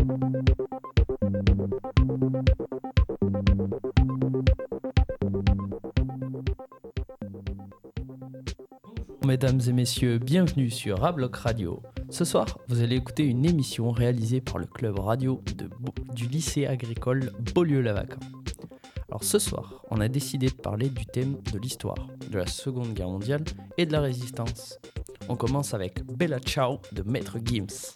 Mesdames et messieurs, bienvenue sur Rabloc Radio. Ce soir, vous allez écouter une émission réalisée par le club radio du lycée agricole Beaulieu-Lavacan. Alors ce soir, on a décidé de parler du thème de l'histoire, de la Seconde Guerre mondiale et de la Résistance. On commence avec Bella Ciao de Maître Gims.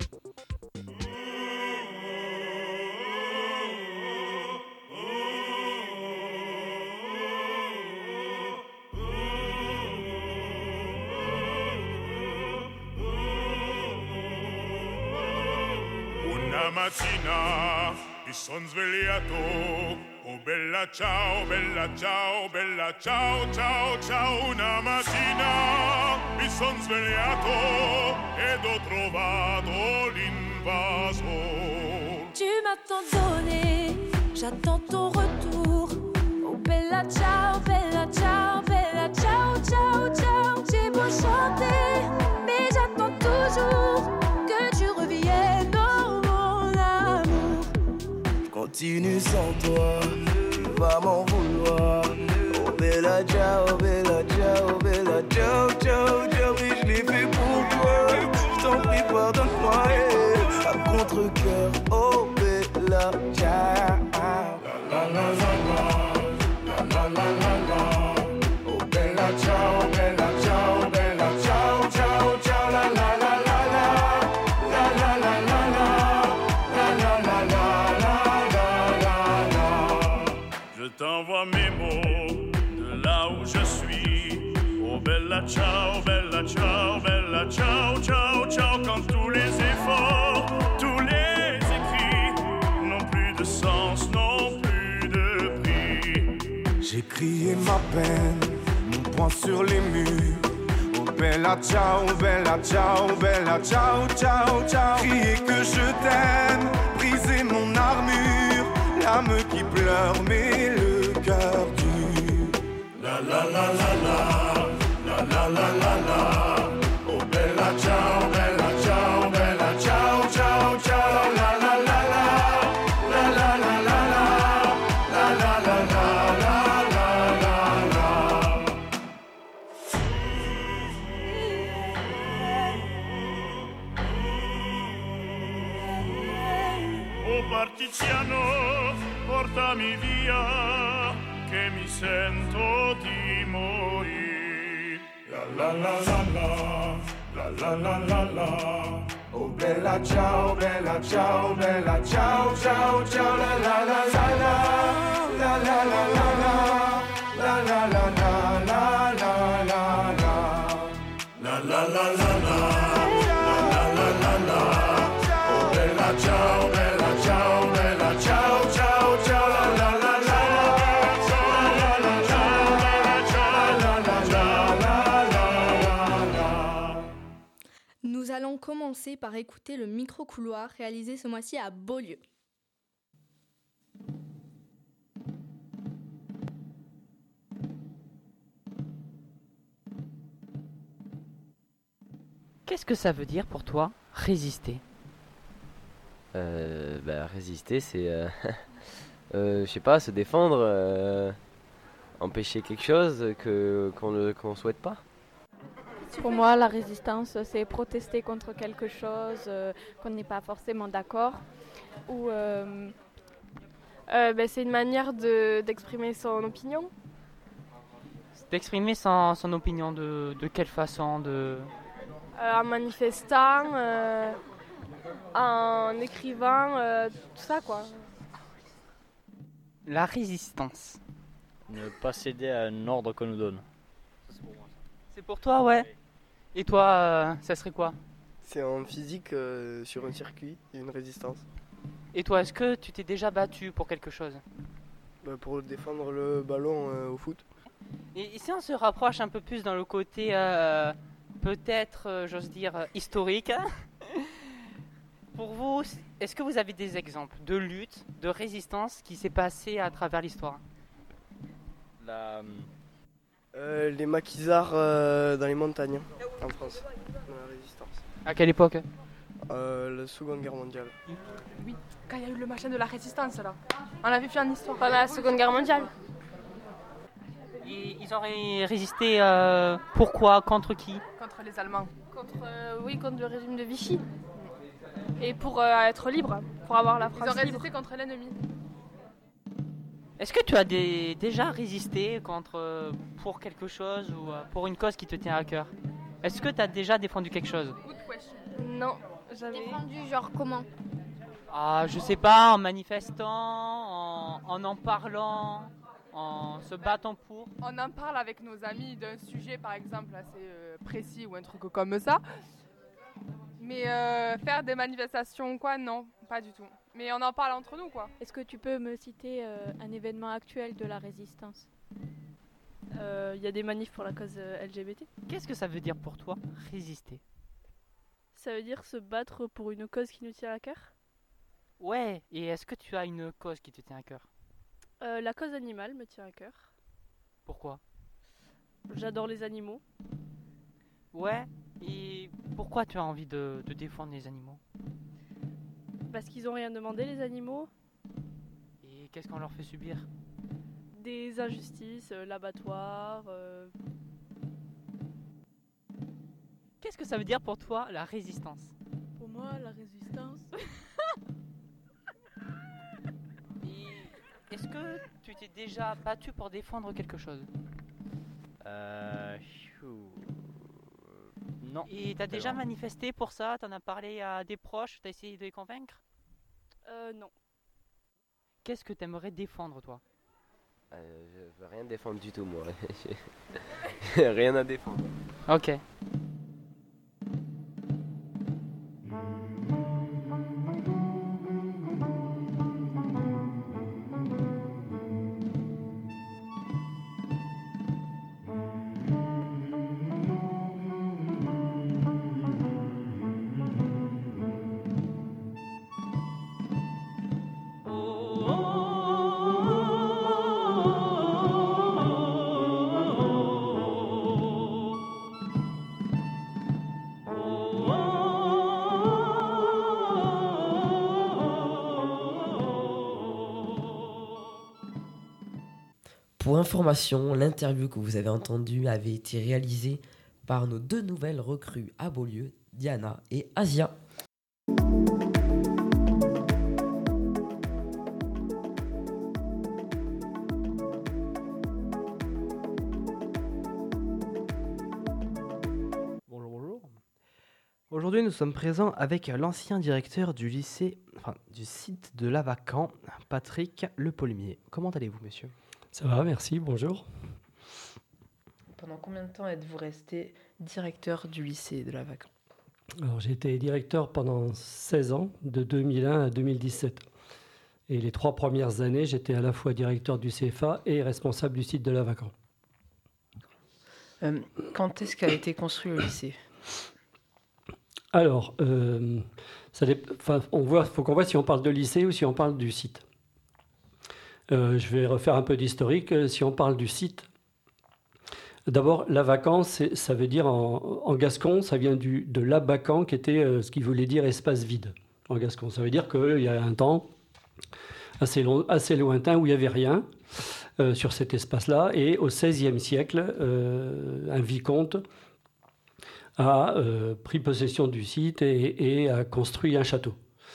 Una mattina mi son svegliato, oh bella ciao, bella ciao, bella ciao, ciao, ciao. Una mattina mi son svegliato ed ho trovato l'invaso. Tu m'as tant donné, j'attends ton retour. Oh bella ciao, bella ciao, bella ciao, ciao, ciao. J'ai beau chanter, mais j'attends toujours que tu reviennes. Continue sans toi, tu vas m'en vouloir. Oh bella ciao, bella ciao, bella ciao, ciao, ciao. Oui, je l'ai fait pour toi, je t'en prie pardonne-moi. À contre-cœur, oh bella ciao. La la la la la, la la la la la. Oh bella ciao, bella ciao, bella ciao, ciao, ciao. La la la la la, la la la la la, la la la la. Je t'envoie mes mots de là où je suis. Oh bella ciao, bella ciao, bella ciao, ciao, ciao. Quand tous les efforts, tous les écrits n'ont plus de sens, n'ont plus de prix. J'ai crié ma peine, mon poing sur les murs. Oh bella ciao, bella ciao, bella ciao, ciao, ciao. Crier que je t'aime, briser mon armure. L'âme qui pleure mais le cœur dur. La la la la la, la la la la la. Oh bella ciao, bella ciao, bella ciao, ciao, ciao. La la la la, la la la la la, la la la la la la. Oh partigiano, portami via, che mi sento di morire. La la la la, la la la la la. Oh bella ciao, bella ciao, bella ciao, ciao, ciao. La la la la la, la la la la la, la la la la la la la. La la la la la, la la la la. Oh bella ciao, bella ciao, bella ciao, ciao, ciao. La la la la la, la la la la la. Nous allons commencer par écouter le micro-couloir réalisé ce mois-ci à Beaulieu. Qu'est-ce que ça veut dire pour toi, résister ? Résister, c'est, je sais pas, se défendre, empêcher quelque chose qu'on souhaite pas. Pour moi, la résistance, c'est protester contre quelque chose qu'on n'est pas forcément d'accord. Ou c'est une manière d'exprimer son opinion. D'exprimer son opinion de quelle façon En manifestant, en écrivant, tout ça quoi. La résistance. Ne pas céder à un ordre qu'on nous donne. C'est pour toi, ouais. Et toi, ça serait quoi ? C'est en physique, sur un circuit, il y a une résistance. Et toi, est-ce que tu t'es déjà battu pour quelque chose ? Pour défendre le ballon au foot. Et ici, on se rapproche un peu plus dans le côté, peut-être, j'ose dire, historique. Pour vous, est-ce que vous avez des exemples de lutte, de résistance qui s'est passée à travers l'histoire ? Les maquisards dans les montagnes, en France, dans la résistance. À quelle époque ? La Seconde Guerre mondiale. Oui, quand il y a eu le machin de la résistance là. On avait fait en histoire. Pendant la Seconde Guerre mondiale. Et ils auraient résisté pourquoi? Contre qui? Contre les Allemands. Contre le régime de Vichy. Et pour être libre, pour avoir la France Ils ont libre. résisté contre l'ennemi. Est-ce que tu as déjà résisté pour quelque chose ou pour une cause qui te tient à cœur? Est-ce que tu as déjà défendu quelque chose? Non, jamais. Défendu genre comment? Je sais pas, en manifestant, en parlant, en se battant pour. On en parle avec nos amis d'un sujet par exemple assez précis ou un truc comme ça. Mais faire des manifestations quoi, non, pas du tout. Mais on en parle entre nous quoi. Est-ce que tu peux me citer un événement actuel de la résistance? Il y a des manifs pour la cause LGBT. Qu'est-ce que ça veut dire pour toi, résister? Ça veut dire se battre pour une cause qui nous tient à cœur. Ouais, et est-ce que tu as une cause qui te tient à cœur? La cause animale me tient à cœur. Pourquoi? J'adore les animaux. Ouais, et pourquoi tu as envie de défendre les animaux? Parce qu'ils n'ont rien demandé, les animaux. Et qu'est-ce qu'on leur fait subir? Des injustices, l'abattoir. Qu'est-ce que ça veut dire pour toi, la résistance? Pour moi, la résistance... Et est-ce que tu t'es déjà battu pour défendre quelque chose? Non. Et t'as déjà manifesté pour ça? T'en as parlé à des proches? T'as essayé de les convaincre? Non. Qu'est-ce que t'aimerais défendre, toi? Je veux rien défendre du tout, moi. J'ai rien à défendre. Ok. Pour information, l'interview que vous avez entendue avait été réalisée par nos deux nouvelles recrues à Beaulieu, Diana et Asia. Bonjour. Aujourd'hui, nous sommes présents avec l'ancien directeur du du site de Lavacan, Patrick Lepolmier. Comment allez-vous, monsieur ? Ça va, merci, bonjour. Pendant combien de temps êtes-vous resté directeur du lycée de Lavacan? Alors, j'ai été directeur pendant 16 ans, de 2001 à 2017. Et les 3 premières années, j'étais à la fois directeur du CFA et responsable du site de Lavacan. Quand est-ce qu'a été construit le lycée? Alors, il faut qu'on voit si on parle de lycée ou si on parle du site. Je vais refaire un peu d'historique. Si on parle du site, d'abord, Lavacan, ça veut dire en gascon, ça vient de l'abacan, qui était ce qui voulait dire espace vide en gascon. Ça veut dire qu'il y a un temps assez lointain où il n'y avait rien sur cet espace-là. Et au XVIe siècle, un vicomte a pris possession du site et a construit un château.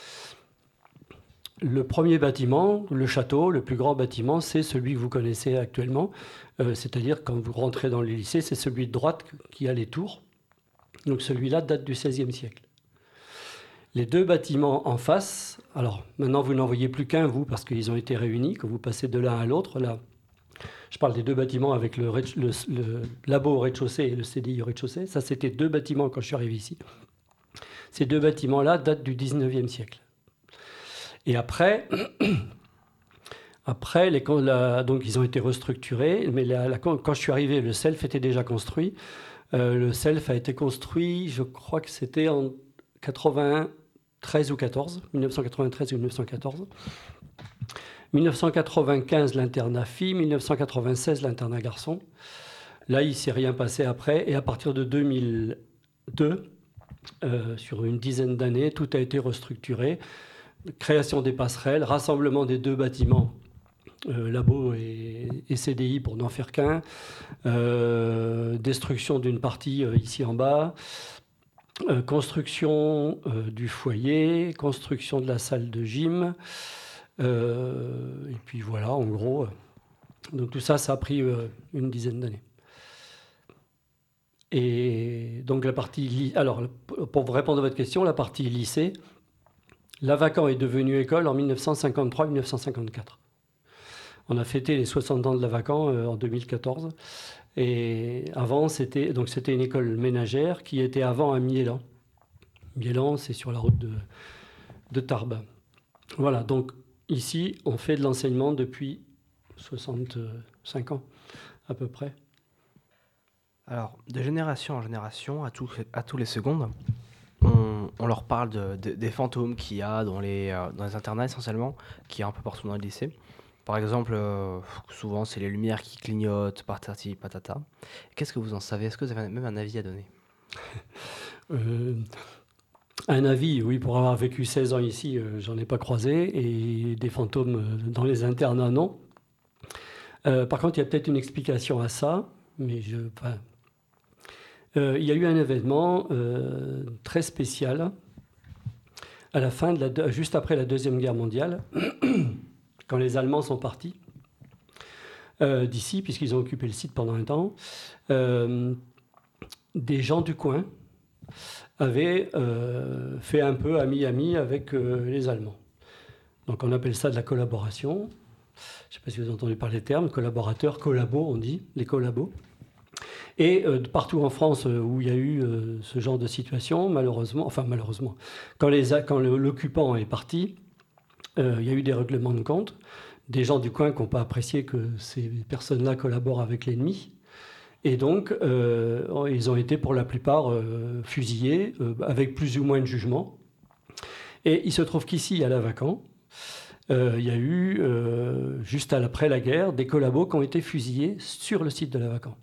Le premier bâtiment, le château, le plus grand bâtiment, c'est celui que vous connaissez actuellement. C'est-à-dire, quand vous rentrez dans les lycées, c'est celui de droite qui a les tours. Donc celui-là date du XVIe siècle. Les deux bâtiments en face, alors maintenant vous n'en voyez plus qu'un, vous, parce qu'ils ont été réunis, que vous passez de l'un à l'autre. Là, je parle des deux bâtiments avec le labo au rez-de-chaussée et le CDI au rez-de-chaussée. Ça, c'était deux bâtiments quand je suis arrivé ici. Ces deux bâtiments-là datent du XIXe siècle. Et après, donc ils ont été restructurés, mais quand je suis arrivé, le SELF était déjà construit. Le SELF a été construit, je crois que c'était en 1993 ou 1914. 1995, l'internat filles, 1996, l'internat garçons. Là, il ne s'est rien passé après. Et à partir de 2002, sur une dizaine d'années. Tout a été restructuré. Création des passerelles, rassemblement des 2 bâtiments, labo et CDI pour n'en faire qu'un, destruction d'une partie ici en bas, construction du foyer, construction de la salle de gym, et puis voilà, en gros. Donc tout ça, ça a pris une dizaine d'années. Et donc la partie... Alors, pour vous répondre à votre question, la partie lycée, Lavacan est devenue école en 1953-1954. On a fêté les 60 ans de Lavacan en 2014. Et avant, c'était une école ménagère qui était avant à Miélan. Miélan, c'est sur la route de Tarbes. Voilà, donc ici, on fait de l'enseignement depuis 65 ans, à peu près. Alors, de génération en génération, à tous les secondes, on leur parle des fantômes qu'il y a dans les internats essentiellement, qu'il y a un peu partout dans le lycée. Par exemple, souvent, c'est les lumières qui clignotent, patati patata. Qu'est-ce que vous en savez? Est-ce que vous avez même un avis à donner? Un avis, oui, pour avoir vécu 16 ans ici, j'en ai pas croisé, et des fantômes dans les internats, non. Par contre, il y a peut-être une explication à ça, mais il y a eu un événement très spécial à la fin juste après la Deuxième Guerre mondiale, quand les Allemands sont partis d'ici, puisqu'ils ont occupé le site pendant un temps. Des gens du coin avaient fait un peu ami-ami avec les Allemands. Donc on appelle ça de la collaboration. Je ne sais pas si vous avez entendu parler des termes, collaborateurs, collabos, on dit, les collabos. Et partout en France où il y a eu ce genre de situation, malheureusement, quand l'occupant est parti, il y a eu des règlements de compte, des gens du coin qui n'ont pas apprécié que ces personnes-là collaborent avec l'ennemi. Et donc, ils ont été pour la plupart fusillés, avec plus ou moins de jugement. Et il se trouve qu'ici, à Lavacan, il y a eu, juste après la guerre, des collabos qui ont été fusillés sur le site de Lavacan.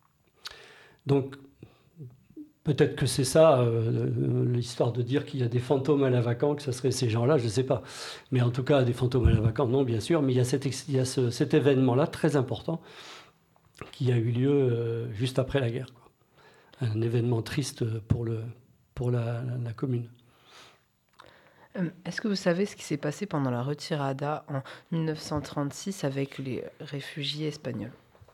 Donc, peut-être que c'est ça, l'histoire de dire qu'il y a des fantômes à Lavacan, que ce seraient ces gens-là, je ne sais pas. Mais en tout cas, des fantômes à Lavacan, non, bien sûr. Mais il y a cet événement-là, très important, qui a eu lieu juste après la guerre, quoi. Un événement triste pour la commune. Est-ce que vous savez ce qui s'est passé pendant la retirada en 1936 avec les réfugiés espagnols?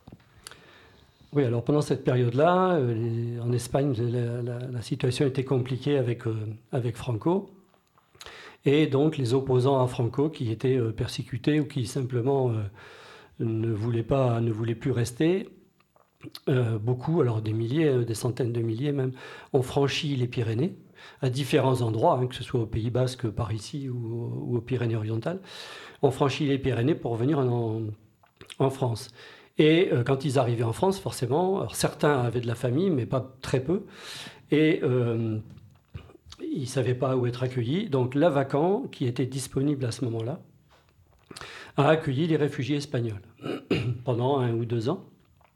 Oui, alors pendant cette période-là, en Espagne, la situation était compliquée avec Franco. Et donc les opposants à Franco qui étaient persécutés ou qui simplement ne voulaient plus rester, beaucoup, alors des milliers, des centaines de milliers même, ont franchi les Pyrénées à différents endroits, que ce soit au Pays Basque, par ici, ou aux Pyrénées-Orientales, ont franchi les Pyrénées pour venir en France. Et quand ils arrivaient en France, forcément, alors certains avaient de la famille, mais pas très peu, et ils ne savaient pas où être accueillis. Donc Lavacan, qui était disponible à ce moment-là, a accueilli les réfugiés espagnols pendant 1 ou 2 ans.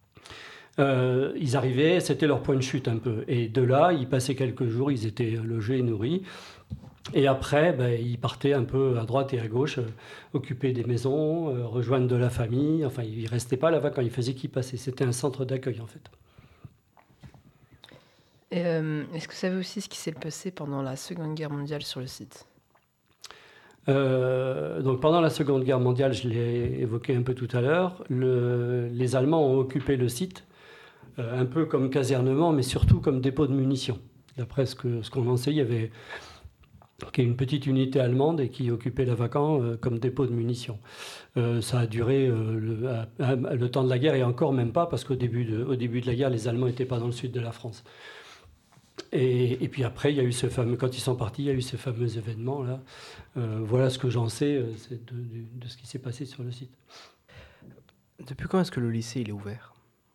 Ils arrivaient, c'était leur point de chute un peu. Et de là, ils passaient quelques jours, ils étaient logés et nourris. Et après, ils partaient un peu à droite et à gauche, occuper des maisons, rejoindre de la famille. Enfin, ils ne restaient pas là-bas quand ils faisaient qu'ils passaient. C'était un centre d'accueil, en fait. Est-ce que vous savez aussi ce qui s'est passé pendant la Seconde Guerre mondiale sur le site? Donc pendant la Seconde Guerre mondiale, je l'ai évoqué un peu tout à l'heure, les Allemands ont occupé le site, un peu comme casernement, mais surtout comme dépôt de munitions. D'après ce qu'on en sait, il y avait une petite unité allemande et qui occupait Lavacan comme dépôt de munitions. Ça a duré le temps de la guerre et encore même pas, parce qu'au début de la guerre, les Allemands n'étaient pas dans le sud de la France. Et puis après, il y a eu quand ils sont partis, il y a eu ce fameux événement-là. Voilà ce que j'en sais de ce qui s'est passé sur le site. Depuis quand est-ce que le lycée il est ouvert?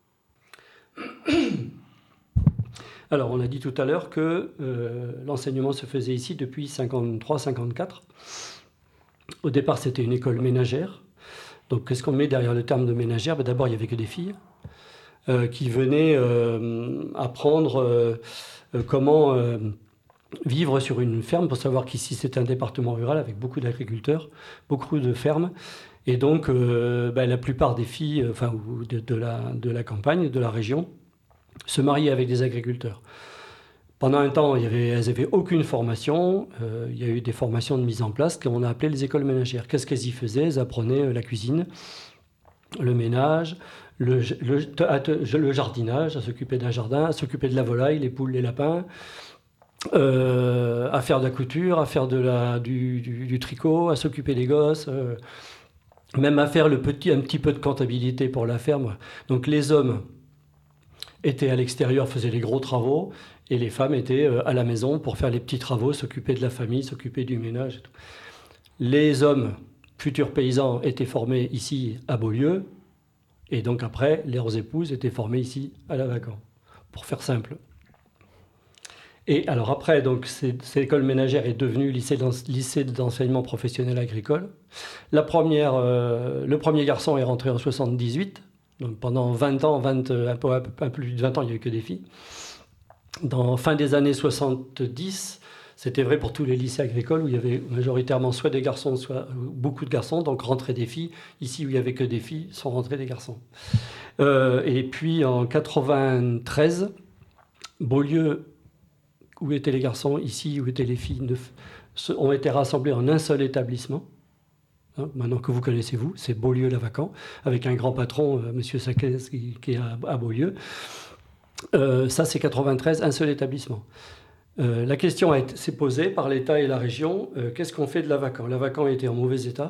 Alors, on a dit tout à l'heure que l'enseignement se faisait ici depuis 53-54. Au départ, c'était une école ménagère. Donc, qu'est-ce qu'on met derrière le terme de ménagère? D'abord, il n'y avait que des filles qui venaient apprendre comment vivre sur une ferme. Pour savoir qu'ici, c'est un département rural avec beaucoup d'agriculteurs, beaucoup de fermes. Et donc, la plupart des filles de la campagne, de la région, se mariaient avec des agriculteurs. Pendant un temps, elles n'avaient aucune formation. Il y a eu des formations de mise en place qu'on a appelées les écoles ménagères. Qu'est-ce qu'elles y faisaient? Elles apprenaient la cuisine, le ménage, le jardinage, à s'occuper d'un jardin, à s'occuper de la volaille, les poules, les lapins, à faire de la couture, à faire du tricot, à s'occuper des gosses, même à faire un petit peu de comptabilité pour la ferme. Donc les hommes étaient à l'extérieur, faisaient les gros travaux, et les femmes étaient à la maison pour faire les petits travaux, s'occuper de la famille, s'occuper du ménage et tout. Les hommes, futurs paysans, étaient formés ici à Beaulieu, et donc après, leurs épouses étaient formées ici à Lavacan, pour faire simple. Et alors après, donc, cette école ménagère est devenue lycée d'enseignement professionnel agricole. Le premier garçon est rentré en 78, donc pendant 20 ans, un peu plus de 20 ans, il n'y a eu que des filles. Fin des années 70, c'était vrai pour tous les lycées agricoles où il y avait majoritairement soit des garçons, soit beaucoup de garçons, donc rentraient des filles. Ici où il n'y avait que des filles, sont rentrés des garçons. Et puis en 93, Beaulieu, où étaient les garçons, ici où étaient les filles, ont été rassemblés en un seul établissement. Maintenant que vous connaissez, c'est Beaulieu-Lavacan, avec un grand patron, M. Saclès, qui est à Beaulieu. Ça, c'est 93, un seul établissement. La question s'est posée par l'État et la région, qu'est-ce qu'on fait de Lavacan? Lavacan était en mauvais état.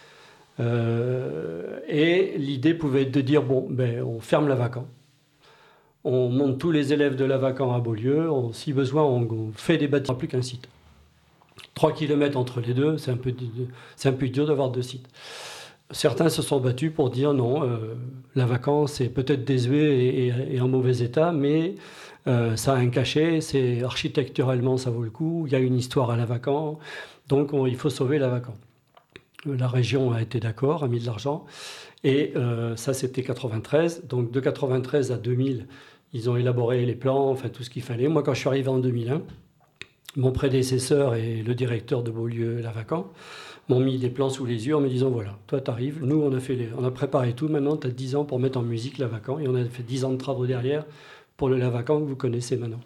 Et l'idée pouvait être de dire, on ferme Lavacan. On monte tous les élèves de Lavacan à Beaulieu. Si besoin, on fait des bâtiments, plus qu'un site. 3 km entre les deux, c'est un peu dur d'avoir 2 sites. Certains se sont battus pour dire non, Lavacan c'est peut-être désuet et en mauvais état, mais ça a un cachet, architecturalement ça vaut le coup, il y a une histoire à Lavacan, donc il faut sauver Lavacan. La région a été d'accord, a mis de l'argent, et ça c'était 93, donc de 93 à 2000, ils ont élaboré les plans, enfin tout ce qu'il fallait. Moi quand je suis arrivé en 2001, mon prédécesseur et le directeur de Beaulieu-Lavacan m'ont mis des plans sous les yeux en me disant voilà, toi t'arrives, nous on a préparé tout, maintenant tu as 10 ans pour mettre en musique Lavacan, et on a fait 10 ans de travaux derrière pour le Lavacan que vous connaissez maintenant.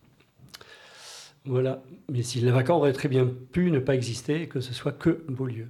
Voilà, mais si le Lavacan aurait très bien pu ne pas exister et que ce soit que Beaulieu.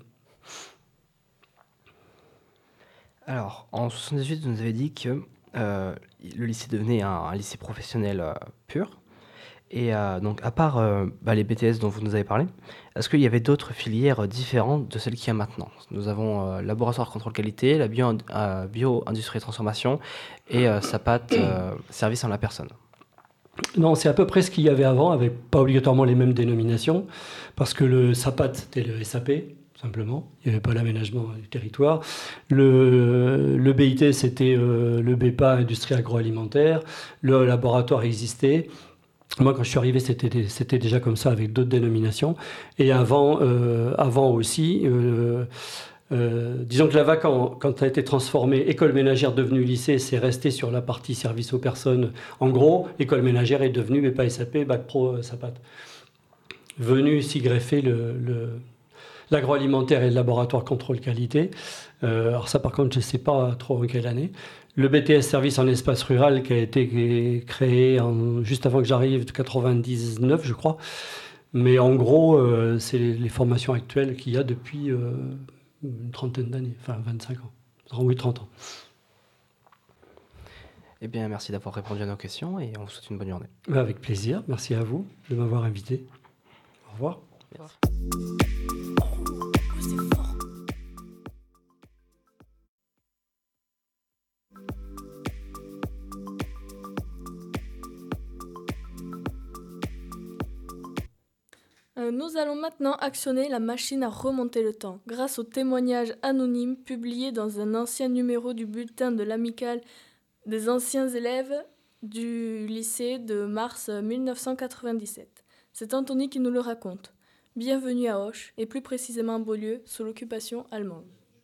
Alors, en 78, vous nous avez dit que le lycée devenait un lycée professionnel pur. Et donc, à part les BTS dont vous nous avez parlé, est-ce qu'il y avait d'autres filières différentes de celles qu'il y a maintenant? Nous avons laboratoire contrôle qualité, la bio-industrie et transformation et SAPAT, service en la personne. Non, c'est à peu près ce qu'il y avait avant, avec pas obligatoirement les mêmes dénominations, parce que le SAPAT, c'était le SAP, simplement. Il n'y avait pas l'aménagement du territoire. Le BIT, c'était le BEPA, industrie agroalimentaire. Le laboratoire existait. Moi, quand je suis arrivé, c'était déjà comme ça, avec d'autres dénominations. Et avant aussi, disons que Lavacan, quand ça a été transformé, école ménagère devenue lycée, c'est resté sur la partie service aux personnes. En gros, école ménagère est devenue BEPA SAP, Bac Pro SAPAT. Venu s'y greffer l'agroalimentaire et le laboratoire contrôle qualité. Alors ça, par contre, je ne sais pas trop en quelle année. Le BTS service en espace rural qui a été créé juste avant que j'arrive, de 99, je crois. Mais en gros, c'est les formations actuelles qu'il y a depuis une trentaine d'années, enfin 25 ans. Oui, 30 ans. Eh bien, merci d'avoir répondu à nos questions et on vous souhaite une bonne journée. Avec plaisir. Merci à vous de m'avoir invité. Au revoir. Merci. Nous allons maintenant actionner la machine à remonter le temps grâce aux témoignages anonymes publiés dans un ancien numéro du bulletin de l'amicale des anciens élèves du lycée de mars 1997. C'est Anthony qui nous le raconte. Bienvenue à Auch, et plus précisément à Beaulieu, sous l'occupation allemande.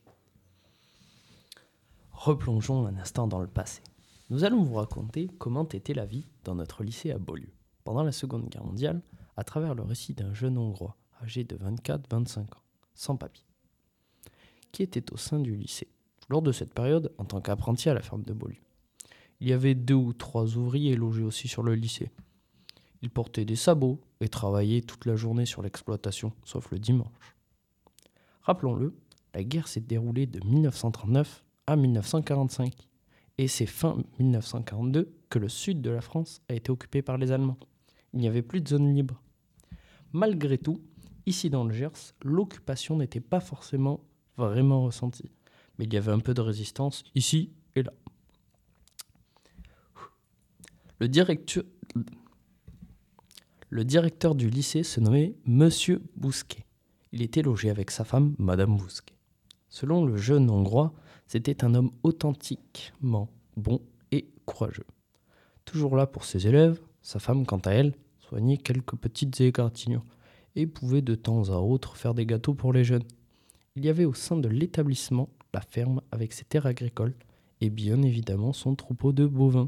Replongeons un instant dans le passé. Nous allons vous raconter comment était la vie dans notre lycée à Beaulieu. Pendant la Seconde Guerre mondiale, à travers le récit d'un jeune Hongrois âgé de 24-25 ans, sans papier, qui était au sein du lycée, lors de cette période en tant qu'apprenti à la ferme de Beaulieu. Il y avait 2 ou 3 ouvriers logés aussi sur le lycée. Ils portaient des sabots et travaillaient toute la journée sur l'exploitation, sauf le dimanche. Rappelons-le, la guerre s'est déroulée de 1939 à 1945, et c'est fin 1942 que le sud de la France a été occupé par les Allemands. Il n'y avait plus de zone libre. Malgré tout, ici dans le Gers, l'occupation n'était pas forcément vraiment ressentie, mais il y avait un peu de résistance ici et là. Le directeur du lycée se nommait Monsieur Bousquet. Il était logé avec sa femme, Madame Bousquet. Selon le jeune Hongrois, c'était un homme authentiquement bon et courageux. Toujours là pour ses élèves, sa femme, quant à elle, soignait quelques petites égratignures et pouvait de temps à autre faire des gâteaux pour les jeunes. Il y avait au sein de l'établissement la ferme avec ses terres agricoles et bien évidemment son troupeau de bovins.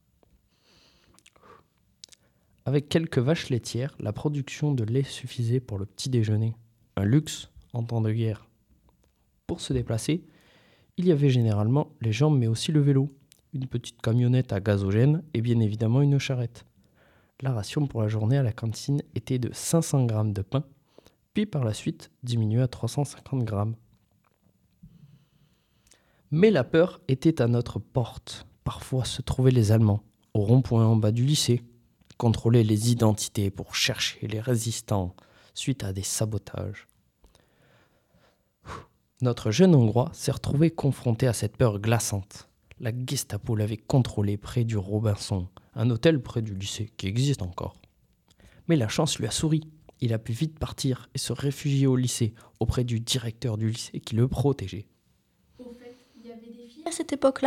Avec quelques vaches laitières, la production de lait suffisait pour le petit déjeuner, un luxe en temps de guerre. Pour se déplacer, il y avait généralement les jambes mais aussi le vélo, une petite camionnette à gazogène et bien évidemment une charrette. La ration pour la journée à la cantine était de 500 grammes de pain, puis par la suite diminuée à 350 grammes. Mais la peur était à notre porte. Parfois se trouvaient les Allemands, au rond-point en bas du lycée, contrôler les identités pour chercher les résistants suite à des sabotages. Notre jeune Hongrois s'est retrouvé confronté à cette peur glaçante. La Gestapo l'avait contrôlé près du Robinson, un hôtel près du lycée qui existe encore. Mais la chance lui a souri. Il a pu vite partir et se réfugier au lycée, auprès du directeur du lycée qui le protégeait. Au fait, il y avait des filles à cette époque-là ?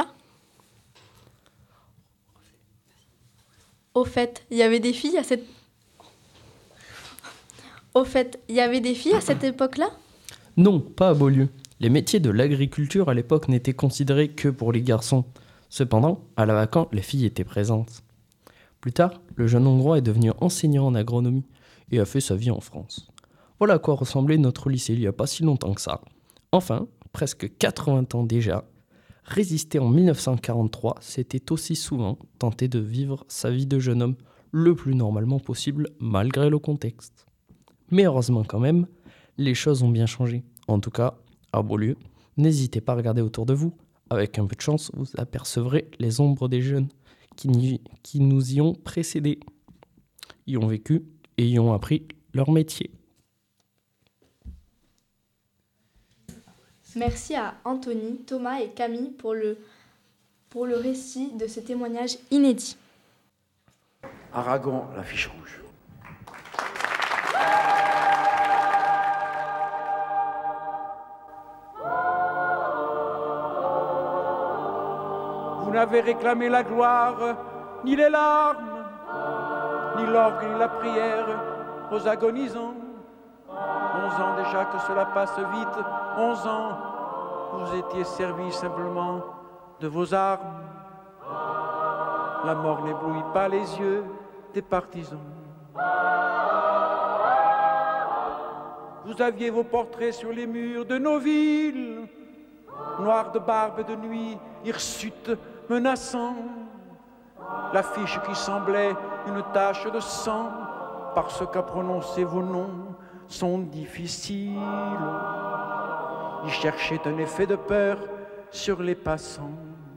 Au fait, il y avait des filles à cette... Au fait, il y avait des filles à cette époque-là ? Non, pas à Beaulieu. Les métiers de l'agriculture à l'époque n'étaient considérés que pour les garçons. Cependant, à la vacance, les filles étaient présentes. Plus tard, le jeune Hongrois est devenu enseignant en agronomie et a fait sa vie en France. Voilà à quoi ressemblait notre lycée il n'y a pas si longtemps que ça. Enfin, presque 80 ans déjà, résister en 1943, c'était aussi souvent tenter de vivre sa vie de jeune homme le plus normalement possible malgré le contexte. Mais heureusement quand même, les choses ont bien changé. En tout cas, à Beaulieu, n'hésitez pas à regarder autour de vous. Avec un peu de chance, vous apercevrez les ombres des jeunes qui nous y ont précédés, y ont vécu et y ont appris leur métier. Merci à Anthony, Thomas et Camille pour le récit de ce témoignage inédit. Aragon, la fiche rouge. Vous n'avez réclamé la gloire, ni les larmes, ni l'orgue, ni la prière aux agonisants. 11 ans déjà que cela passe vite, 11 ans, vous étiez servis simplement de vos armes. La mort n'éblouit pas les yeux des partisans. Vous aviez vos portraits sur les murs de nos villes, noirs de barbe et de nuit, hirsutes, menaçant, l'affiche qui semblait une tache de sang, parce qu'à prononcer vos noms sont difficiles. Ils cherchaient un effet de peur sur les passants.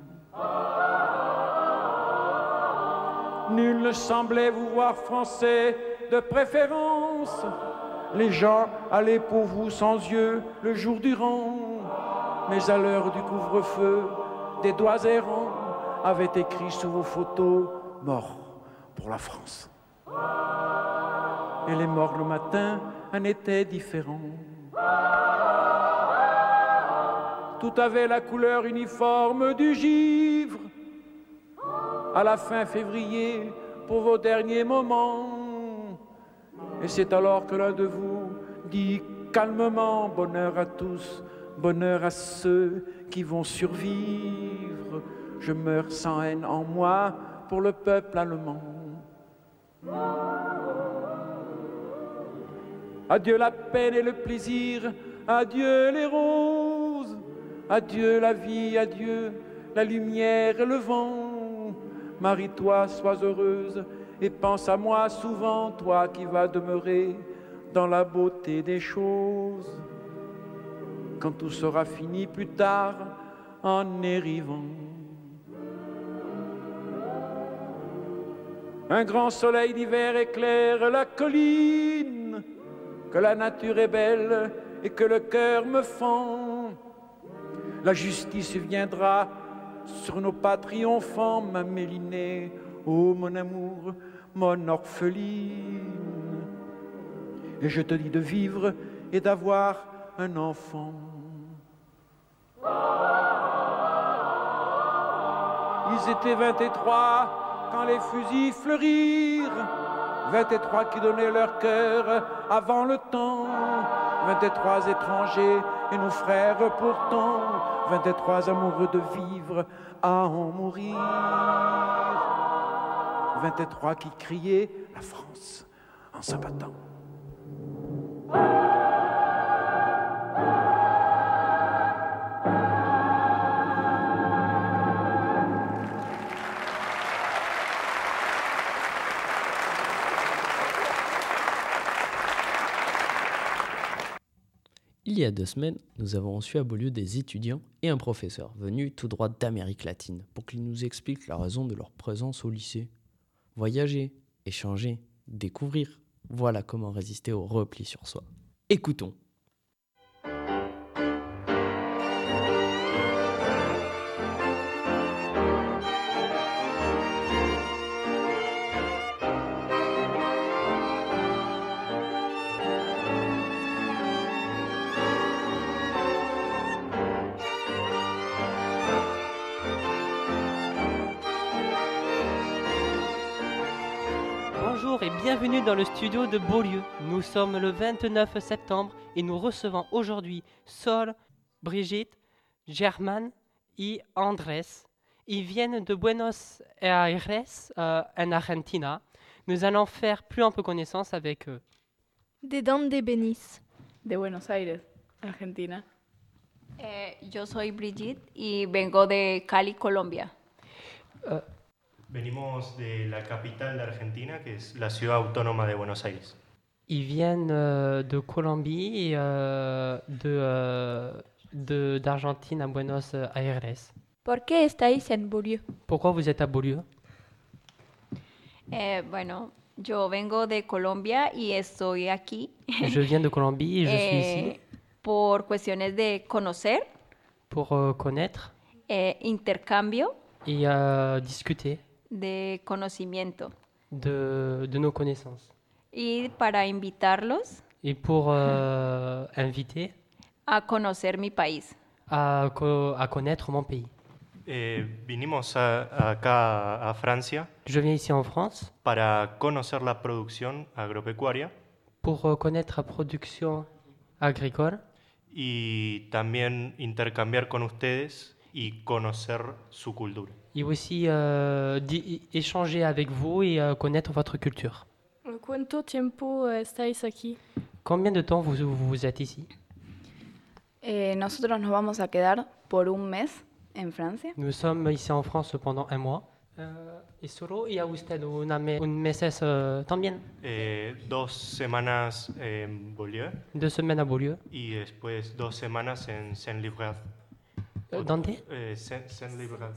Nul ne semblait vous voir français de préférence. Les gens allaient pour vous sans yeux le jour durant, mais à l'heure du couvre-feu, des doigts errants avaient écrit sous vos photos « Mort pour la France ». Et les morts le matin en étaient différents. Tout avait la couleur uniforme du givre. À la fin février, pour vos derniers moments. Et c'est alors que l'un de vous dit calmement « Bonheur à tous, bonheur à ceux qui vont survivre. Je meurs sans haine en moi pour le peuple allemand. » Adieu la peine et le plaisir, adieu les roses, adieu la vie, adieu la lumière et le vent. Marie-toi, sois heureuse et pense à moi souvent, toi qui vas demeurer dans la beauté des choses. Quand tout sera fini plus tard, en arrivant. Un grand soleil d'hiver éclaire la colline, que la nature est belle et que le cœur me fend. La justice viendra sur nos pas triomphants, ma Mélinée, ô mon amour, mon orpheline. Et je te dis de vivre et d'avoir un enfant. Ils étaient 23 quand les fusils fleurirent, 23 qui donnaient leur cœur avant le temps, 23 étrangers et nos frères pourtant, 23 amoureux de vivre à en mourir, 23 qui criaient la France en s'abattant. Il y a 2 semaines, nous avons reçu à Beaulieu des étudiants et un professeur venus tout droit d'Amérique latine pour qu'ils nous expliquent la raison de leur présence au lycée. Voyager, échanger, découvrir, voilà comment résister au repli sur soi. Écoutons. Bonjour et bienvenue dans le studio de Beaulieu. Nous sommes le 29 septembre et nous recevons aujourd'hui Sol, Brigitte, Germain et Andrés. Ils viennent de Buenos Aires, en Argentina. Nous allons faire plus un peu connaissance avec eux. ¿De dónde venís? De Buenos Aires, Argentina. Yo soy Brigitte y vengo de Cali, Colombia. Venimos de la capital de Argentina, que es la ciudad autónoma de Buenos Aires. Ils viennent de Colombie et d'Argentine à Buenos Aires. ¿Por qué estáis en Beaulieu? Pourquoi vous êtes à Beaulieu? Bueno, yo vengo de Colombia y estoy aquí. Je viens de Colombie et je suis ici. Por cuestiones de conocer. Pour connaître. Intercambio. Et discuter. De conocimiento. De nos connaissances. Y para invitarlos. Et pour inviter. A conocer mi país. À connaître mon pays. Vinimos acá a Francia. Je viens ici en France. Para conocer la producción agropecuaria. Pour connaître la production agricole. Y también intercambiar con ustedes y conocer su cultura. Et aussi échanger avec vous et connaître votre culture. ¿Cuánto tiempo estáis aquí? Combien de temps vous êtes ici? Nosotros nos vamos a quedar por un mes en Francia. Nous sommes ici en France pendant 1 mois. ¿Y solo y a usted un mes también? 2 semanas en Beaulieu. 2 semaines à Beaulieu. Y después 2 semanas en Saint-Livrade. ¿Dónde? Saint-Livrade.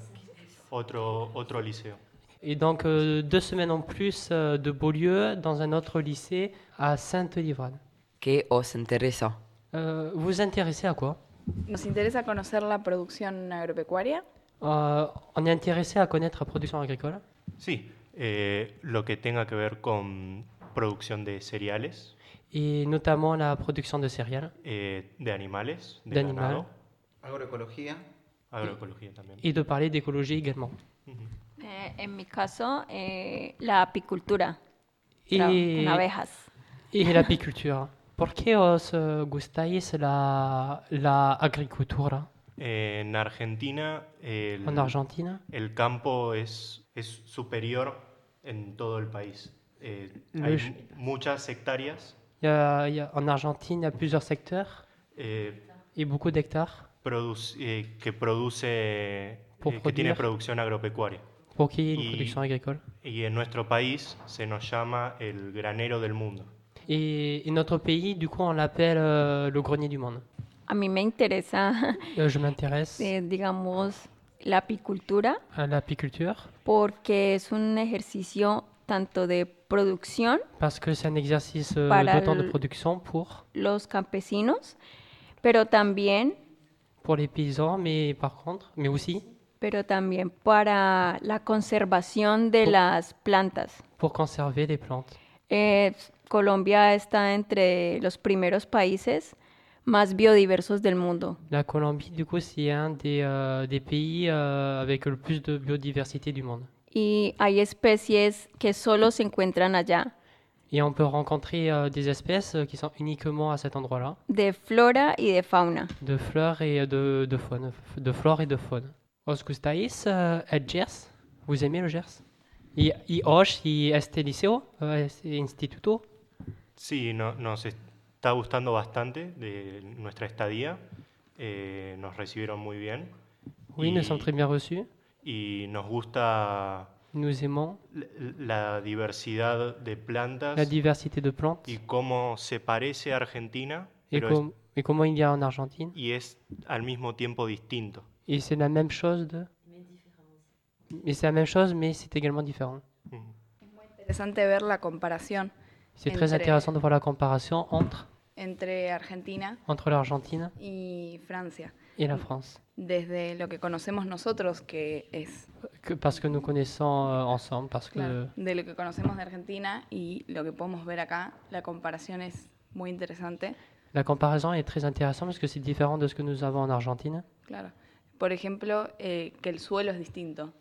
Otro liceo. Et donc 2 semaines en plus de Beaulieu dans un autre lycée à Sainte-Livrade. ¿Qué os interesa? Vous intéressez à quoi? Nos interesa conocer la producción agropecuaria. On est intéressé à connaître la production agricole. Sí, lo que tenga que ver con producción de cereales. Et notamment la production de céréales. De animales. D'animaux. Agroecología. Agroecología también. Et de parler d'écologie également. En mi caso, la apicultura. Et con abejas. Et l'apiculture. ¿Por qué os gustáis la agricultura? En Argentina, en Argentina, el campo es superior en todo el país. Hay muchas hectáreas En Argentine, il y a plusieurs secteurs eh, et beaucoup d'hectares que produce, Pour que tiene produire. producción agropecuaria. pour qu'il y ait une production agricole. Y en nuestro país se nos llama el granero del mundo. Et notre pays, du coup, on l'appelle le grenier du monde. A mí me interesa, Je m'intéresse digamos, la apicultura à l'apiculture porque es un ejercicio tanto de producción parce que c'est un exercice Para d'autant de el- production pour los campesinos, pero también, les paysans, mais aussi para la conservación de las plantas. pour conserver les plantes. Colombia está entre los primeros países más biodiversos del mundo. La Colombie, du coup, c'est un des pays avec le plus de biodiversité du monde. Y hay especies que solo se encuentran allá, Et on peut rencontrer des espèces qui sont uniquement à cet endroit-là, de flora y de fauna. de fleurs et de faune. De flore et de faune. Os gustáis el Gers? Vous aimez le Gers? ¿Y os y este liceo, este instituto? Sí, nos está gustando bastante de nuestra estadía. Nos recibieron muy bien. Oui, nous sommes très bien reçus. Y nos gusta Nous aimons la diversidad de plantas la diversité de plantes y cómo se parece a Argentina, et, pero et comment il y a en Argentine. y es al mismo tiempo distinto. Et c'est la même chose Mais c'est la même chose, mais c'est également différent. Interesante ver la comparación C'est très intéressant de voir la comparaison entre Argentina entre l'Argentine y Francia. et la France. Desde lo que conocemos nosotros, que es Parce que nous connaissons ensemble, parce que claro, de lo que conocemos de Argentina y lo que podemos ver acá, la comparación es muy interesante. la comparaison est très intéressante parce que c'est différent de ce que nous avons en Argentine. Claro. Por ejemplo, que el suelo es distinto.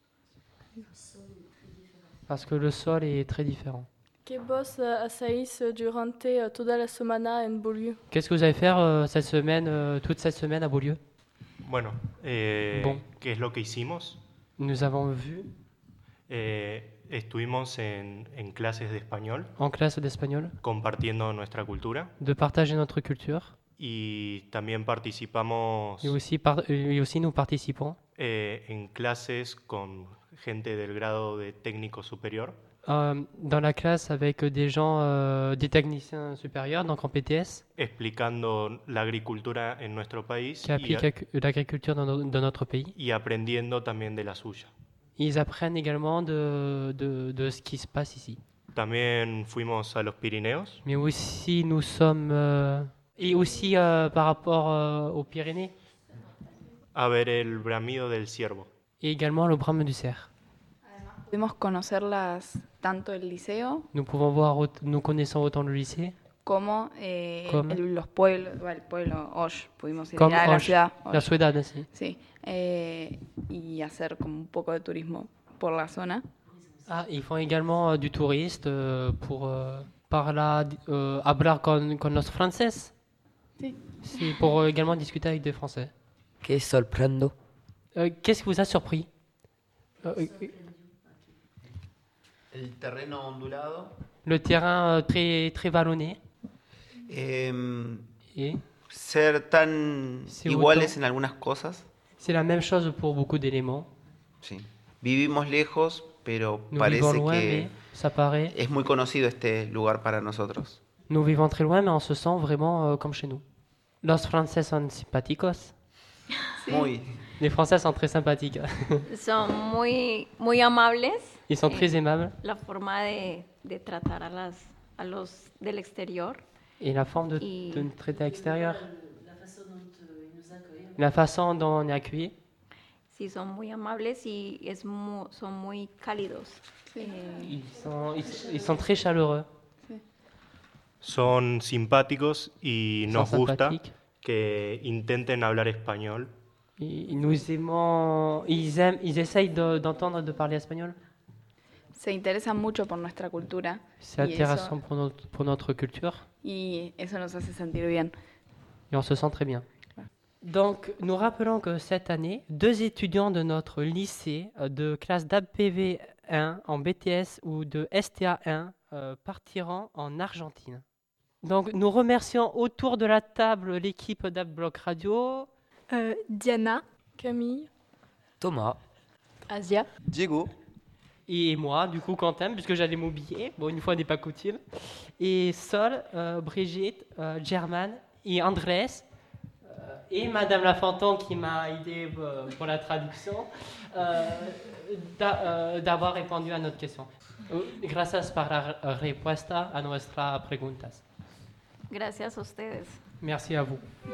Parce que le sol est très différent. ¿Qué vos hacéis durante toda la semana en Beaulieu? Qu'est-ce que vous allez faire cette semaine, toute cette semaine à Beaulieu? Bueno, Bon. ¿qué es lo que hicimos? Nous avons vu Estuvimos en clases de español, en classe d'espagnol compartiendo nuestra cultura. de partager notre culture Y también participamos et aussi nous participons en clases con gente del grado de técnico superior. dans la classe avec des gens, des techniciens supérieurs, donc en PTS, explicando la agricultura en nuestro país qui appliquent l'agriculture dans notre pays. y aprendiendo también de la suya. Ils apprennent également de ce qui se passe ici. También fuimos a los Pirineos. Mais aussi, nous sommes... et aussi par rapport aux Pyrénées. A ver el bramido del ciervo. Et également le brame du cerf. Pudimos conocerlas tanto el liceo Nous pouvons voir, nous connaissons autant le lycée como, Como. los pueblos, el pueblo Osh, pudimos ir comme a la Auch, ciudad la Osh. ciudad aussi. Sí, y hacer como un poco de turismo por la zona. Ah, ils font également du touriste pour hablar con los franceses. Sí. C'est pour également discuter avec des Français. Que sorprendo. Qu'est-ce qui vous a surpris El terreno ondulado. Le terrain très, très vallonné. Et ser tan C'est iguales autant- en algunas cosas. C'est la même chose pour beaucoup d'éléments. Sí. Vivimos lejos, pero Nous parece vivons loin, que mais ça paraît. es muy conocido este lugar para nosotros. Nous vivons très loin, mais on se sent vraiment comme chez nous. Los franceses son simpáticos. Muy. Les Français sont très sympathiques. Son muy amables. Ils sont très aimables. La forma de tratar a los del exterior. Et la forme Y- de nous traiter à l'extérieur. La façon dont ils nous accueillent. La façon dont on est accueilli. Sí, son muy amables y son muy cálidos. Ils sont très chaleureux. Son simpáticos y Son nos gusta sympathiques. que intenten hablar español. Nous aimons. Ils essayent d'entendre, de parler espagnol. Se interesan mucho por nuestra cultura C'est intéressant pour notre culture. y eso nos hace sentir bien. Et on se sent très bien. Donc, nous rappelons que cette année, 2 étudiants de notre lycée de classe d'APV1 en BTS ou de STA1 partiront en Argentine. Donc, nous remercions autour de la table l'équipe d'Adblock Radio. Diana, Camille, Thomas, Asia, Diego. Et moi, du coup, Quentin, puisque j'allais m'oublier. Bon, une fois n'est pas coutume. Et Sol, Brigitte, Germaine et Andrés. Et Madame Lafontaine qui m'a aidé pour la traduction, d'avoir répondu à notre question. Gracias por la respuesta a nuestras preguntas. Gracias a ustedes. Merci à vous.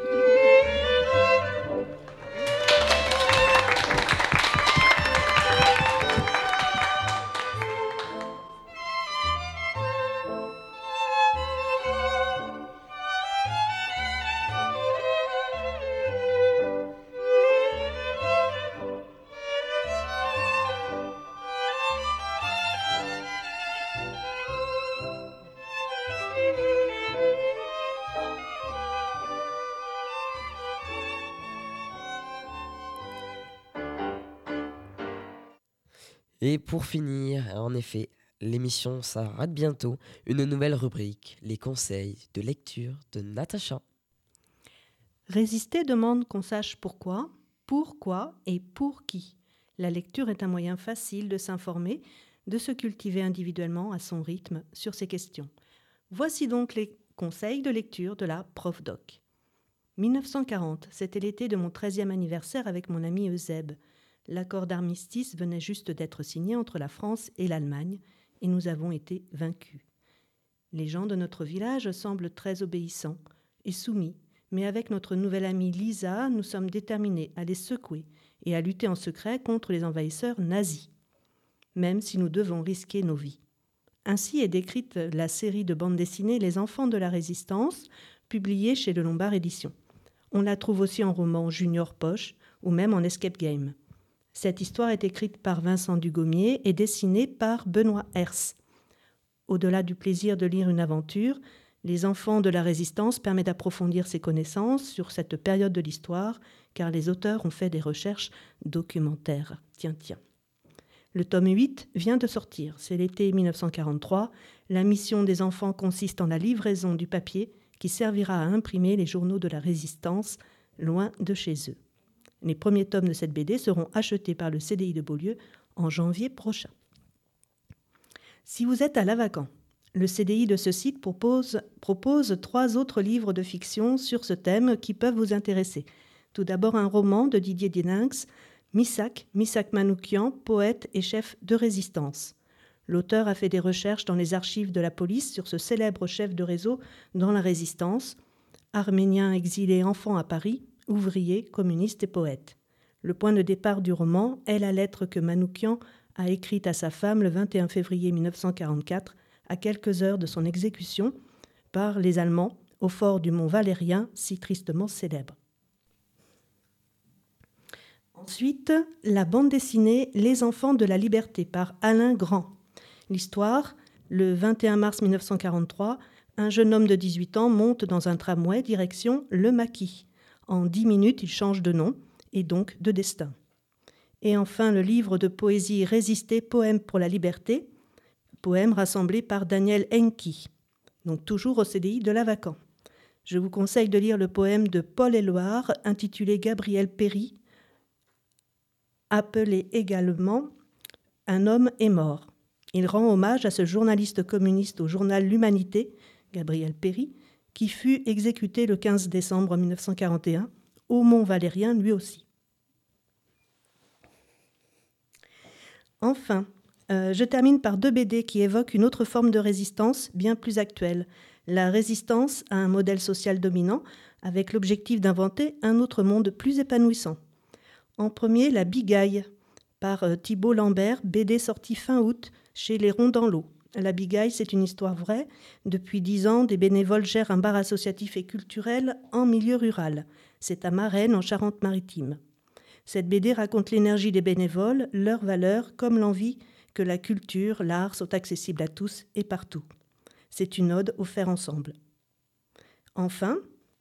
Et pour finir, en effet, l'émission s'arrête bientôt. Une nouvelle rubrique, les conseils de lecture de Natacha. Résister demande qu'on sache pourquoi et pour qui. La lecture est un moyen facile de s'informer, de se cultiver individuellement à son rythme sur ces questions. Voici donc les conseils de lecture de la Prof Doc. 1940, c'était l'été de mon 13e anniversaire avec mon ami Eusèbe. L'accord d'armistice venait juste d'être signé entre la France et l'Allemagne et nous avons été vaincus. Les gens de notre village semblent très obéissants et soumis, mais avec notre nouvelle amie Lisa, nous sommes déterminés à les secouer et à lutter en secret contre les envahisseurs nazis, même si nous devons risquer nos vies. Ainsi est décrite la série de bandes dessinées Les Enfants de la Résistance, publiée chez Le Lombard Éditions. On la trouve aussi en roman Junior Poche ou même en escape game. Cette histoire est écrite par Vincent Dugommier et dessinée par Benoît Hers. Au-delà du plaisir de lire une aventure, Les Enfants de la Résistance permet d'approfondir ses connaissances sur cette période de l'histoire, car les auteurs ont fait des recherches documentaires. Tiens. Le tome 8 vient de sortir, c'est l'été 1943. La mission des enfants consiste en la livraison du papier qui servira à imprimer les journaux de la Résistance loin de chez eux. Les premiers tomes de cette BD seront achetés par le CDI de Beaulieu en janvier prochain. Si vous êtes à Lavacan, le CDI de ce site propose 3 autres livres de fiction sur ce thème qui peuvent vous intéresser. Tout d'abord un roman de Didier Déninx, Missak Manoukian, poète et chef de résistance. L'auteur a fait des recherches dans les archives de la police sur ce célèbre chef de réseau dans la résistance, arménien exilé enfant à Paris, ouvrier, communiste et poète. Le point de départ du roman est la lettre que Manoukian a écrite à sa femme le 21 février 1944, à quelques heures de son exécution par les Allemands au fort du Mont Valérien, si tristement célèbre. Ensuite, la bande dessinée Les Enfants de la Liberté par Alain Grand. L'histoire, le 21 mars 1943, un jeune homme de 18 ans monte dans un tramway direction Le Maquis. En 10 minutes, il change de nom et donc de destin. Et enfin, le livre de poésie Résister, poème pour la liberté, poème rassemblé par Daniel Henke, donc toujours au CDI de Lavacan. Je vous conseille de lire le poème de Paul Éluard intitulé Gabriel Péri, appelé également Un homme est mort. Il rend hommage à ce journaliste communiste au journal L'Humanité, Gabriel Péri, qui fut exécuté le 15 décembre 1941 au Mont Valérien lui aussi. Enfin, je termine par 2 BD qui évoquent une autre forme de résistance bien plus actuelle. La résistance à un modèle social dominant avec l'objectif d'inventer un autre monde plus épanouissant. En premier, La Bigaille, par Thibault Lambert, BD sortie fin août chez Les Ronds dans l'eau. La Bigaille, c'est une histoire vraie. Depuis 10 ans, des bénévoles gèrent un bar associatif et culturel en milieu rural. C'est à Marennes, en Charente-Maritime. Cette BD raconte l'énergie des bénévoles, leurs valeurs, comme l'envie que la culture, l'art soient accessibles à tous et partout. C'est une ode au faire ensemble. Enfin,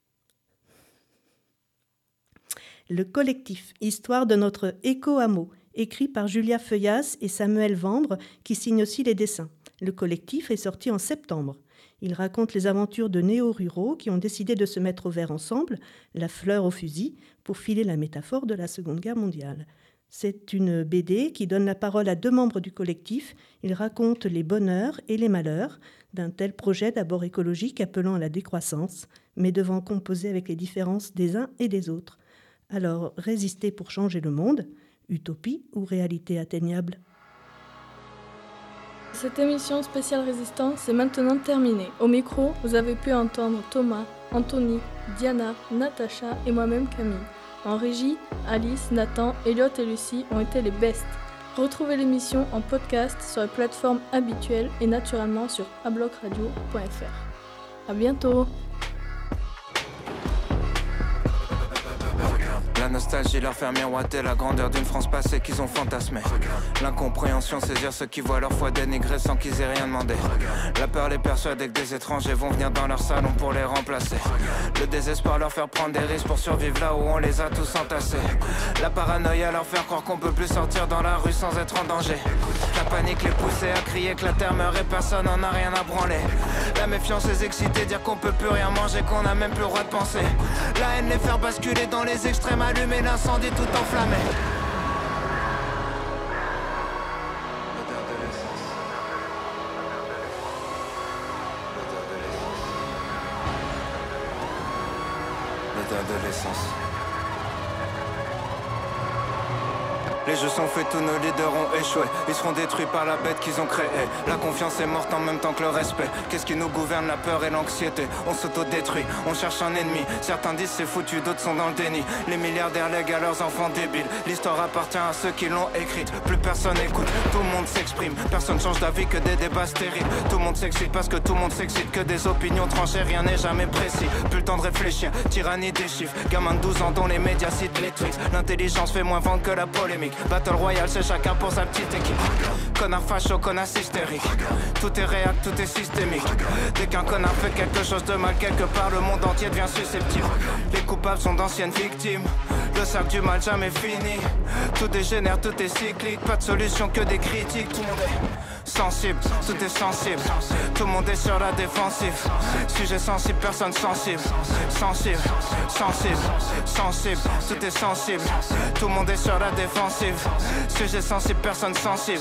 Le Collectif, histoire de notre éco-hameau, écrit par Julia Feuillas et Samuel Vendre, qui signent aussi les dessins. Le Collectif est sorti en septembre. Il raconte les aventures de néo-ruraux qui ont décidé de se mettre au vert ensemble, la fleur au fusil, pour filer la métaphore de la Seconde Guerre mondiale. C'est une BD qui donne la parole à 2 membres du collectif. Il raconte les bonheurs et les malheurs d'un tel projet d'abord écologique appelant à la décroissance, mais devant composer avec les différences des uns et des autres. Alors, résister pour changer le monde, utopie ou réalité atteignable ? Cette émission spéciale Résistance est maintenant terminée. Au micro, vous avez pu entendre Thomas, Anthony, Diana, Natacha et moi-même Camille. En régie, Alice, Nathan, Elliot et Lucie ont été les bestes. Retrouvez l'émission en podcast sur les plateformes habituelles et naturellement sur ablocradio.fr. À bientôt! La nostalgie leur fait miroiter la grandeur d'une France passée qu'ils ont fantasmée. L'incompréhension saisir ceux qui voient leur foi dénigrée sans qu'ils aient rien demandé. La peur les persuader que des étrangers vont venir dans leur salon pour les remplacer. Le désespoir leur faire prendre des risques pour survivre là où on les a tous entassés. La paranoïa leur faire croire qu'on peut plus sortir dans la rue sans être en danger. La panique les pousser à crier que la terre meurt et personne n'en a rien à branler. La méfiance les exciter, dire qu'on peut plus rien manger, qu'on n'a même plus le droit de penser. La haine les faire basculer dans les extrêmes, allumer l'incendie tout enflammé. L'odeur de l'essence. Les jeux sont faits, tous nos leaders ont échoué. Ils seront détruits par la bête qu'ils ont créée. La confiance est morte en même temps que le respect. Qu'est-ce qui nous gouverne? La peur et l'anxiété. On s'autodétruit, on cherche un ennemi. Certains disent c'est foutu, d'autres sont dans le déni. Les milliardaires lèguent à leurs enfants débiles. L'histoire appartient à ceux qui l'ont écrite. Plus personne écoute, tout le monde s'exprime. Personne change d'avis que des débats stériles. Tout le monde s'excite parce que tout le monde s'excite. Que des opinions tranchées, rien n'est jamais précis. Plus le temps de réfléchir, tyrannie des chiffres. Gamin de 12 ans dont les médias citent les tweets. L'intelligence fait moins vendre que la polémique. Battle Royale, c'est chacun pour sa petite équipe. Connard facho, connasse hystérique. Tout est réel, tout est systémique. Dès qu'un connard fait quelque chose de mal quelque part, le monde entier devient susceptible. Les coupables sont d'anciennes victimes. Le sac du mal jamais fini. Tout dégénère, tout est cyclique. Pas de solution que des critiques. Tout le monde est sensible, tout est sensible. Tout le monde est sur la défensive. Sujet sensible, personne sensible. Sensible, sensible, sensible. Tout est sensible. Tout le monde est sur la défensive. Sujet sensible, personne sensible.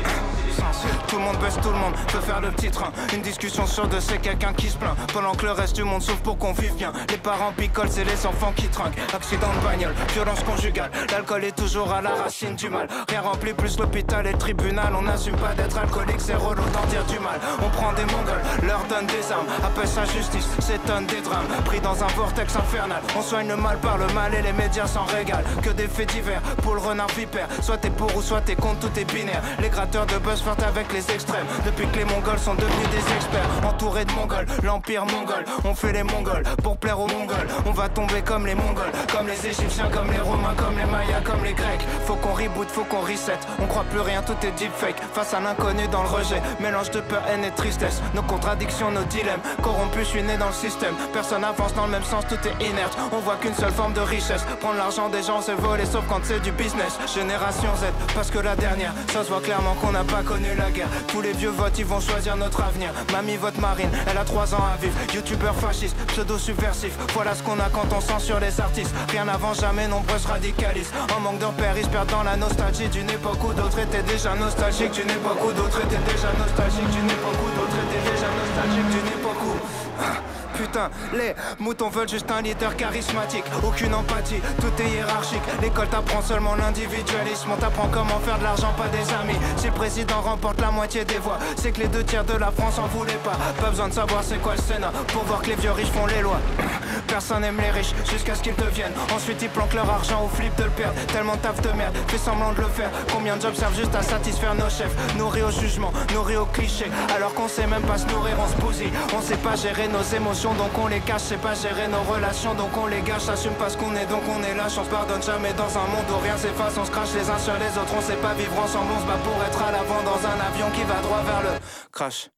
Tout le monde baisse, tout le monde peut faire le petit train. Une discussion sur deux, c'est quelqu'un qui se plaint. Pendant que le reste du monde souffre pour qu'on vive bien. Les parents picolent, c'est les enfants qui trinquent. Accident de bagnole, violence conjugale. L'alcool est toujours à la racine du mal. Rien rempli, plus l'hôpital et le tribunal. On n'assume pas d'être alcoolique, c'est relou d'en dire du mal. On prend des mongols, leur donne des armes. Appelle ça justice, s'étonne des drames. Pris dans un vortex infernal. On soigne le mal par le mal et les médias s'en régalent. Que des faits divers, pour le renard vipère. Soit t'es pour ou soit t'es contre, tout est binaire. Les gratteurs de buzz flirtent avec les extrêmes. Depuis que les Mongols sont devenus des experts. Entourés de Mongols, l'empire mongol. On fait les Mongols pour plaire aux Mongols. On va tomber comme les Mongols, comme les Égyptiens, comme les Romains, comme les Mayas, comme les Grecs. Faut qu'on reboot, faut qu'on reset. On croit plus rien, tout est deepfake. Face à l'inconnu dans le rejet. Mélange de peur, haine et tristesse. Nos contradictions, nos dilemmes. Corrompus, je suis né dans le système. Personne avance dans le même sens, tout est inerte. On voit qu'une seule forme de richesse. Prendre l'argent des gens, c'est voler, sauf quand c'est du business. Génération Z, parce que la dernière, ça se voit clairement qu'on n'a pas connu la guerre. Tous les vieux votent, ils vont choisir notre avenir. Mamie vote Marine, elle a 3 ans à vivre. Youtubeur fasciste, pseudo-subversif. Voilà ce qu'on a quand on censure les artistes. Rien n'avant jamais, nombreux se radicalisent. En manque de repères, ils se perdent dans la nostalgie d'une époque où d'autres étaient déjà nostalgiques. D'une époque où d'autres étaient déjà nostalgiques. D'une époque où d'autres étaient déjà nostalgiques. D'une époque où... Putain, les moutons veulent juste un leader charismatique. Aucune empathie, tout est hiérarchique. L'école t'apprend seulement l'individualisme. On t'apprend comment faire de l'argent, pas des amis. Si le président remporte la moitié des voix, c'est que les 2/3 de la France en voulaient pas. Pas besoin de savoir c'est quoi le Sénat pour voir que les vieux riches font les lois. Personne n'aime les riches jusqu'à ce qu'ils deviennent. Ensuite ils planquent leur argent au flip de le perdre. Tellement taf de merde, fait semblant de le faire. Combien de jobs servent juste à satisfaire nos chefs? Nourris au jugement, nourris au cliché. Alors qu'on sait même pas se nourrir, on se bousille. On sait pas gérer nos émotions, donc on les cache. C'est pas gérer nos relations, donc on les gâche. Assume pas ce qu'on est, donc on est lâche. On se pardonne jamais dans un monde où rien s'efface. On se crache les uns sur les autres, on sait pas vivre ensemble. On se bat pour être à l'avant dans un avion qui va droit vers le crash.